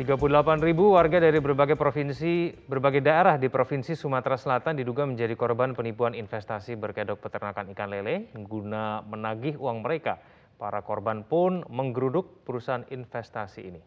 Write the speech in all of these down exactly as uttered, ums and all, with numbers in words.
tiga puluh delapan ribu warga dari berbagai provinsi, berbagai daerah di Provinsi Sumatera Selatan diduga menjadi korban penipuan investasi berkedok peternakan ikan lele guna menagih uang mereka. Para korban pun menggeruduk perusahaan investasi ini.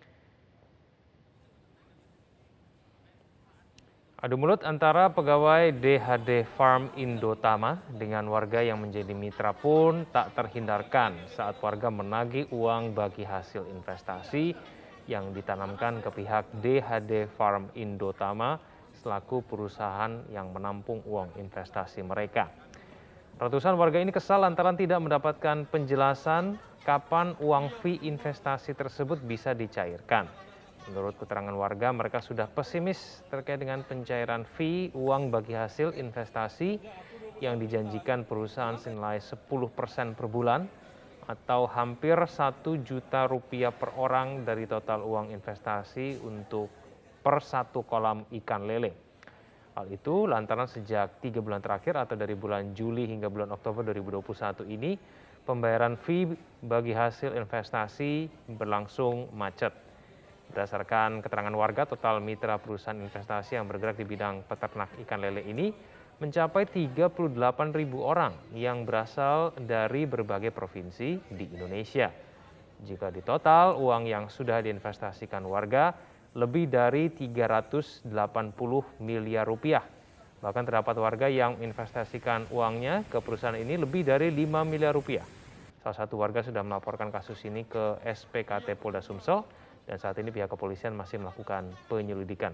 Adu mulut antara pegawai D H D Farm Indotama dengan warga yang menjadi mitra pun tak terhindarkan saat warga menagih uang bagi hasil investasi yang ditanamkan ke pihak D H D Farm Indotama selaku perusahaan yang menampung uang investasi mereka. Ratusan warga ini kesal lantaran tidak mendapatkan penjelasan kapan uang fee investasi tersebut bisa dicairkan. Menurut keterangan warga, mereka sudah pesimis terkait dengan pencairan fee uang bagi hasil investasi yang dijanjikan perusahaan senilai sepuluh persen per bulan atau hampir satu juta rupiah per orang dari total uang investasi untuk per satu kolam ikan lele. Hal itu lantaran sejak tiga bulan terakhir atau dari bulan Juli hingga bulan Oktober dua ribu dua puluh satu ini, pembayaran fee bagi hasil investasi berlangsung macet. Berdasarkan keterangan warga, total mitra perusahaan investasi yang bergerak di bidang peternak ikan lele ini mencapai tiga puluh delapan ribu orang yang berasal dari berbagai provinsi di Indonesia. Jika ditotal, uang yang sudah diinvestasikan warga lebih dari tiga ratus delapan puluh miliar rupiah. Bahkan terdapat warga yang investasikan uangnya ke perusahaan ini lebih dari lima miliar rupiah. Salah satu warga sudah melaporkan kasus ini ke S P K T Polda Sumsel dan saat ini pihak kepolisian masih melakukan penyelidikan.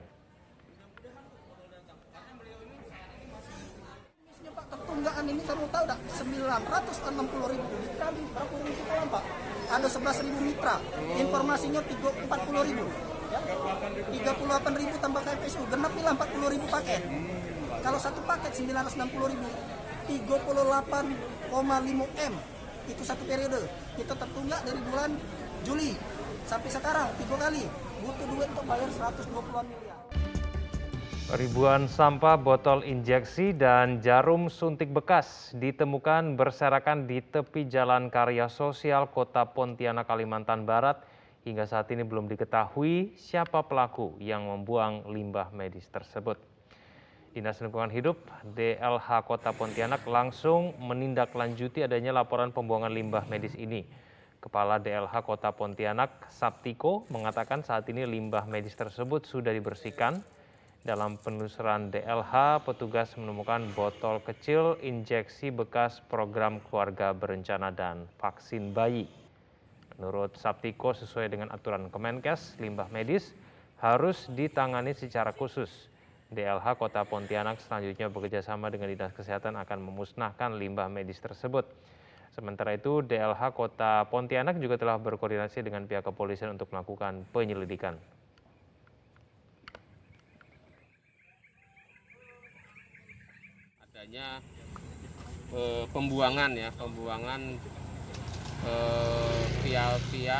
Tunggaan ini kamu tahu tak? sembilan ratus enam puluh ribu dikali berapa ribu kolam Pak? Ada sebelas ribu mitra, informasinya empat puluh ribu. Ya? tiga puluh delapan ribu tambah K P S U, genap bilang empat puluh ribu paket. Kalau satu paket sembilan ratus enam puluh ribu, tiga puluh delapan koma lima M itu satu periode. Kita tertunggak dari bulan Juli sampai sekarang tiga kali, butuh duit untuk bayar seratus dua puluh miliar. Ribuan sampah, botol injeksi, dan jarum suntik bekas ditemukan berserakan di tepi Jalan Karya Sosial Kota Pontianak, Kalimantan Barat. Hingga saat ini belum diketahui siapa pelaku yang membuang limbah medis tersebut. Dinas Lingkungan Hidup D L H Kota Pontianak langsung menindaklanjuti adanya laporan pembuangan limbah medis ini. Kepala D L H Kota Pontianak, Saptiko, mengatakan saat ini limbah medis tersebut sudah dibersihkan. Dalam penelusuran D L H, petugas menemukan botol kecil injeksi bekas program keluarga berencana dan vaksin bayi. Menurut Saptiko, sesuai dengan aturan Kemenkes, limbah medis harus ditangani secara khusus. D L H Kota Pontianak selanjutnya bekerjasama dengan Dinas Kesehatan akan memusnahkan limbah medis tersebut. Sementara itu, D L H Kota Pontianak juga telah berkoordinasi dengan pihak kepolisian untuk melakukan penyelidikan. Adanya eh, pembuangan ya, pembuangan eh, via-via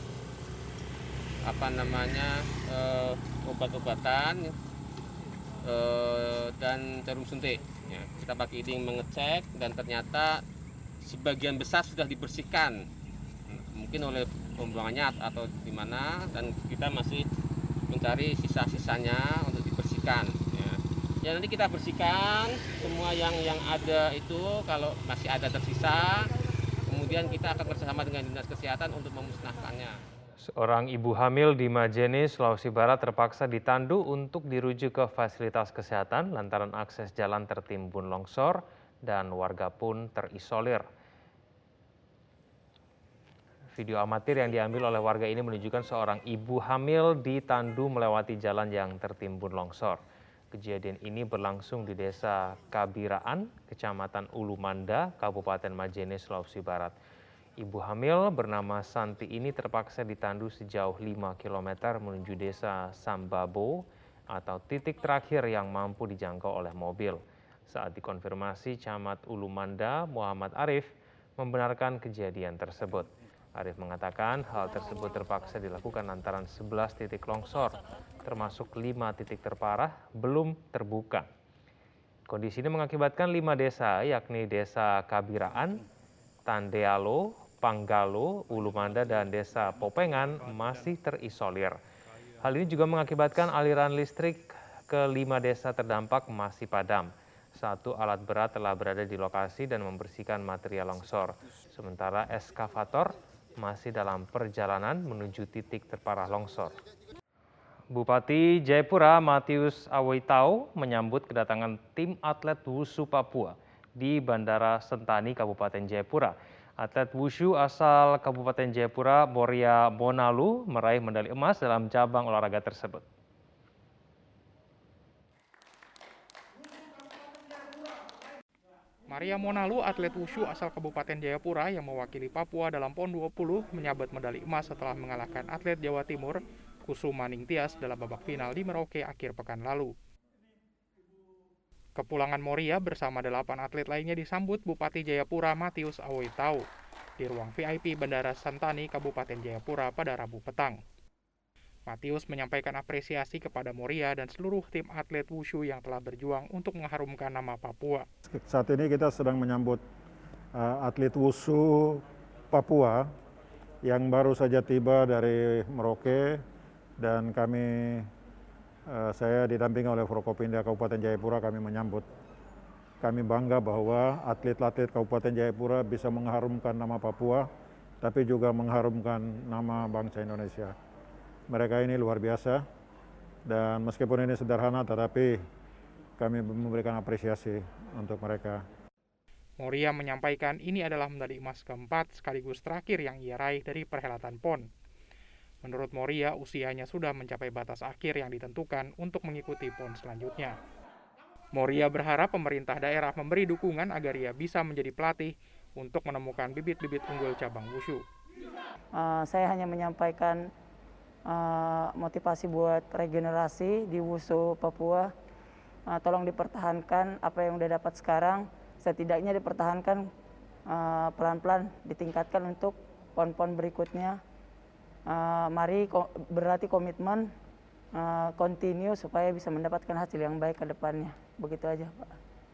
apa namanya eh, obat-obatan eh, dan jarum suntik. Ya, kita pagi ini mengecek dan ternyata sebagian besar sudah dibersihkan, mungkin oleh pembuangannya atau di mana, dan kita masih mencari sisa-sisanya untuk dibersihkan. Ya, nanti kita bersihkan semua yang yang ada itu, kalau masih ada tersisa, kemudian kita akan bersama dengan Dinas Kesehatan untuk memusnahkannya. Seorang ibu hamil di Majene, Sulawesi Barat terpaksa ditandu untuk dirujuk ke fasilitas kesehatan lantaran akses jalan tertimbun longsor dan warga pun terisolir. Video amatir yang diambil oleh warga ini menunjukkan seorang ibu hamil ditandu melewati jalan yang tertimbun longsor. Kejadian ini berlangsung di Desa Kabiraan, Kecamatan Ulumanda, Kabupaten Majene, Sulawesi Barat. Ibu hamil bernama Santi ini terpaksa ditandu sejauh lima kilometer menuju Desa Sambabo atau titik terakhir yang mampu dijangkau oleh mobil. Saat dikonfirmasi, Camat Ulumanda Muhammad Arif membenarkan kejadian tersebut. Arif mengatakan hal tersebut terpaksa dilakukan lantaran sebelas titik longsor, termasuk lima titik terparah, belum terbuka. Kondisi ini mengakibatkan lima desa, yakni Desa Kabiraan, Tandealo, Panggalo, Ulumanda, dan Desa Popengan masih terisolir. Hal ini juga mengakibatkan aliran listrik ke lima desa terdampak masih padam. Satu alat berat telah berada di lokasi dan membersihkan material longsor. Sementara eskavator masih dalam perjalanan menuju titik terparah longsor. Bupati Jayapura Matius Awoitau menyambut kedatangan tim atlet Wushu Papua di Bandara Sentani, Kabupaten Jayapura. Atlet Wushu asal Kabupaten Jayapura, Moria Monalu, meraih medali emas dalam cabang olahraga tersebut. Maria Monalu, atlet wushu asal Kabupaten Jayapura yang mewakili Papua dalam PON dua puluh, menyabet medali emas setelah mengalahkan atlet Jawa Timur, Kusuma Ningtyas, dalam babak final di Merauke akhir pekan lalu. Kepulangan Moria bersama delapan atlet lainnya disambut Bupati Jayapura Matius Awoitau di ruang V I P Bandara Sentani, Kabupaten Jayapura pada Rabu petang. Matius menyampaikan apresiasi kepada Moria dan seluruh tim atlet wushu yang telah berjuang untuk mengharumkan nama Papua. Saat ini kita sedang menyambut uh, atlet wushu Papua yang baru saja tiba dari Merauke, dan kami, uh, saya didampingi oleh Forkopimda Kabupaten Jayapura, kami menyambut. Kami bangga bahwa atlet-atlet Kabupaten Jayapura bisa mengharumkan nama Papua, tapi juga mengharumkan nama bangsa Indonesia. Mereka ini luar biasa, dan meskipun ini sederhana, tetapi kami memberikan apresiasi untuk mereka. Moria menyampaikan ini adalah medali emas keempat sekaligus terakhir yang ia raih dari perhelatan PON. Menurut Moria, usianya sudah mencapai batas akhir yang ditentukan untuk mengikuti PON selanjutnya. Moria berharap pemerintah daerah memberi dukungan agar ia bisa menjadi pelatih untuk menemukan bibit-bibit unggul cabang wushu. Uh, saya hanya menyampaikan Uh, motivasi buat regenerasi di wushu Papua. Uh, tolong dipertahankan apa yang udah dapat sekarang, setidaknya dipertahankan pelan-pelan, uh, ditingkatkan untuk pon-pon berikutnya. Uh, mari ko berarti komitmen, uh, continue supaya bisa mendapatkan hasil yang baik ke depannya. Begitu aja, Pak.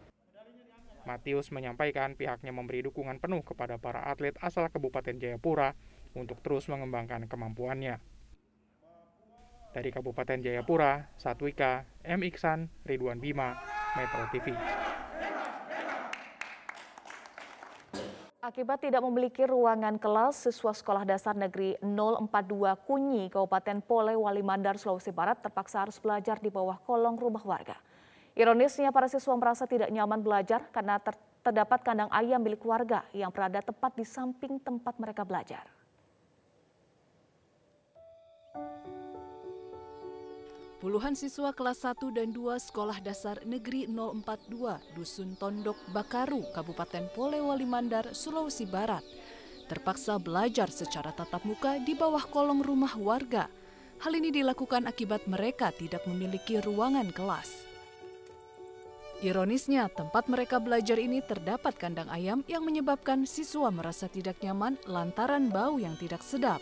Matius menyampaikan pihaknya memberi dukungan penuh kepada para atlet asal Kabupaten Jayapura untuk terus mengembangkan kemampuannya. Dari Kabupaten Jayapura, Satwika, M. Iksan, Ridwan Bima, Metro T V. Akibat tidak memiliki ruangan kelas, siswa Sekolah Dasar Negeri nol empat dua Kunyi, Kabupaten Polewali Mandar, Sulawesi Barat terpaksa harus belajar di bawah kolong rumah warga. Ironisnya, para siswa merasa tidak nyaman belajar karena ter terdapat kandang ayam milik warga yang berada tepat di samping tempat mereka belajar. Puluhan siswa kelas satu dan dua Sekolah Dasar Negeri nol empat dua Dusun Tondok Bakaru, Kabupaten Polewali Mandar, Sulawesi Barat, terpaksa belajar secara tatap muka di bawah kolong rumah warga. Hal ini dilakukan akibat mereka tidak memiliki ruangan kelas. Ironisnya, tempat mereka belajar ini terdapat kandang ayam yang menyebabkan siswa merasa tidak nyaman lantaran bau yang tidak sedap.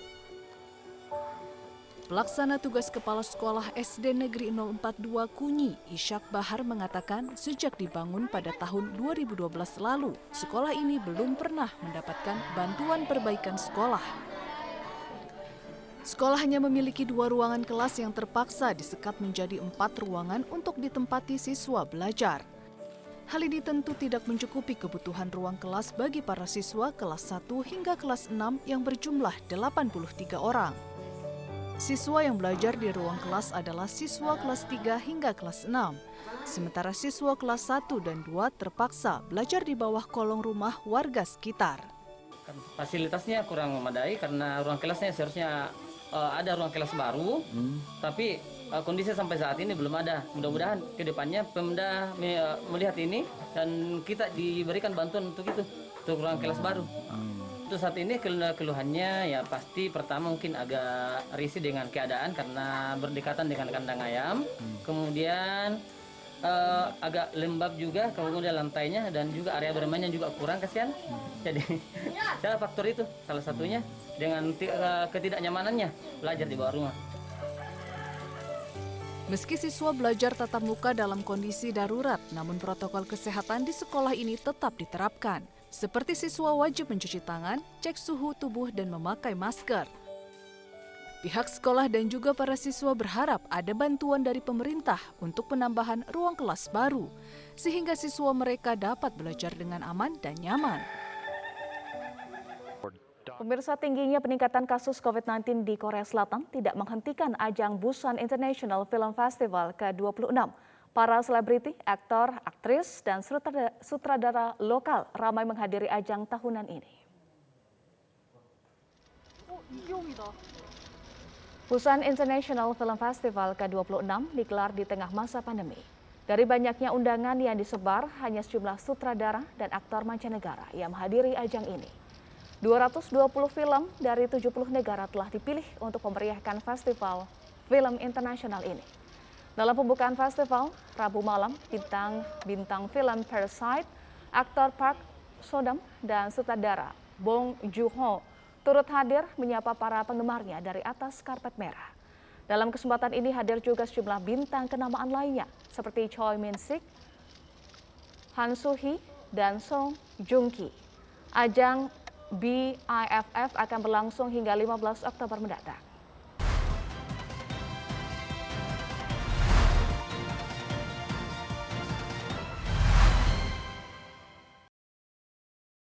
Pelaksana tugas Kepala Sekolah S D Negeri nol empat dua Kunyi, Ishak Bahar, mengatakan sejak dibangun pada tahun dua ribu dua belas lalu, sekolah ini belum pernah mendapatkan bantuan perbaikan sekolah. Sekolah hanya memiliki dua ruangan kelas yang terpaksa disekat menjadi empat ruangan untuk ditempati siswa belajar. Hal ini tentu tidak mencukupi kebutuhan ruang kelas bagi para siswa kelas satu hingga kelas enam yang berjumlah delapan puluh tiga orang. Siswa yang belajar di ruang kelas adalah siswa kelas tiga hingga kelas enam. Sementara siswa kelas satu dan dua terpaksa belajar di bawah kolong rumah warga sekitar. Fasilitasnya kurang memadai karena ruang kelasnya seharusnya uh, ada ruang kelas baru, hmm. tapi uh, kondisi sampai saat ini belum ada. Mudah-mudahan ke depannya Pemda uh, melihat ini dan kita diberikan bantuan untuk itu, untuk ruang kelas baru. Hmm. Untuk saat ini keluhannya ya pasti pertama mungkin agak risih dengan keadaan karena berdekatan dengan kandang ayam. Hmm. Kemudian uh, agak lembab juga, kemudian lantainya dan juga area bermainnya juga kurang, kasihan. Hmm. Jadi salah faktor itu salah satunya dengan uh, ketidaknyamanannya belajar di bawah rumah. Meski siswa belajar tatap muka dalam kondisi darurat, namun protokol kesehatan di sekolah ini tetap diterapkan. Seperti siswa wajib mencuci tangan, cek suhu tubuh, dan memakai masker. Pihak sekolah dan juga para siswa berharap ada bantuan dari pemerintah untuk penambahan ruang kelas baru, sehingga siswa mereka dapat belajar dengan aman dan nyaman. Pemirsa, tingginya peningkatan kasus covid sembilan belas di Korea Selatan tidak menghentikan ajang Busan International Film Festival ke dua puluh enam. Para selebriti, aktor, aktris, dan sutradara, sutradara lokal ramai menghadiri ajang tahunan ini. Busan International Film Festival ke dua puluh enam digelar di tengah masa pandemi. Dari banyaknya undangan yang disebar, hanya sejumlah sutradara dan aktor mancanegara yang menghadiri ajang ini. dua ratus dua puluh film dari tujuh puluh negara telah dipilih untuk memeriahkan festival film internasional ini. Dalam pembukaan festival, Rabu malam, bintang bintang film Parasite, aktor Park Sodam, dan sutradara Bong Joon-ho turut hadir menyapa para penggemarnya dari atas karpet merah. Dalam kesempatan ini hadir juga sejumlah bintang kenamaan lainnya seperti Choi Min-sik, Han Soo-hee, dan Song Joong-ki. Ajang B I F F akan berlangsung hingga lima belas Oktober mendatang.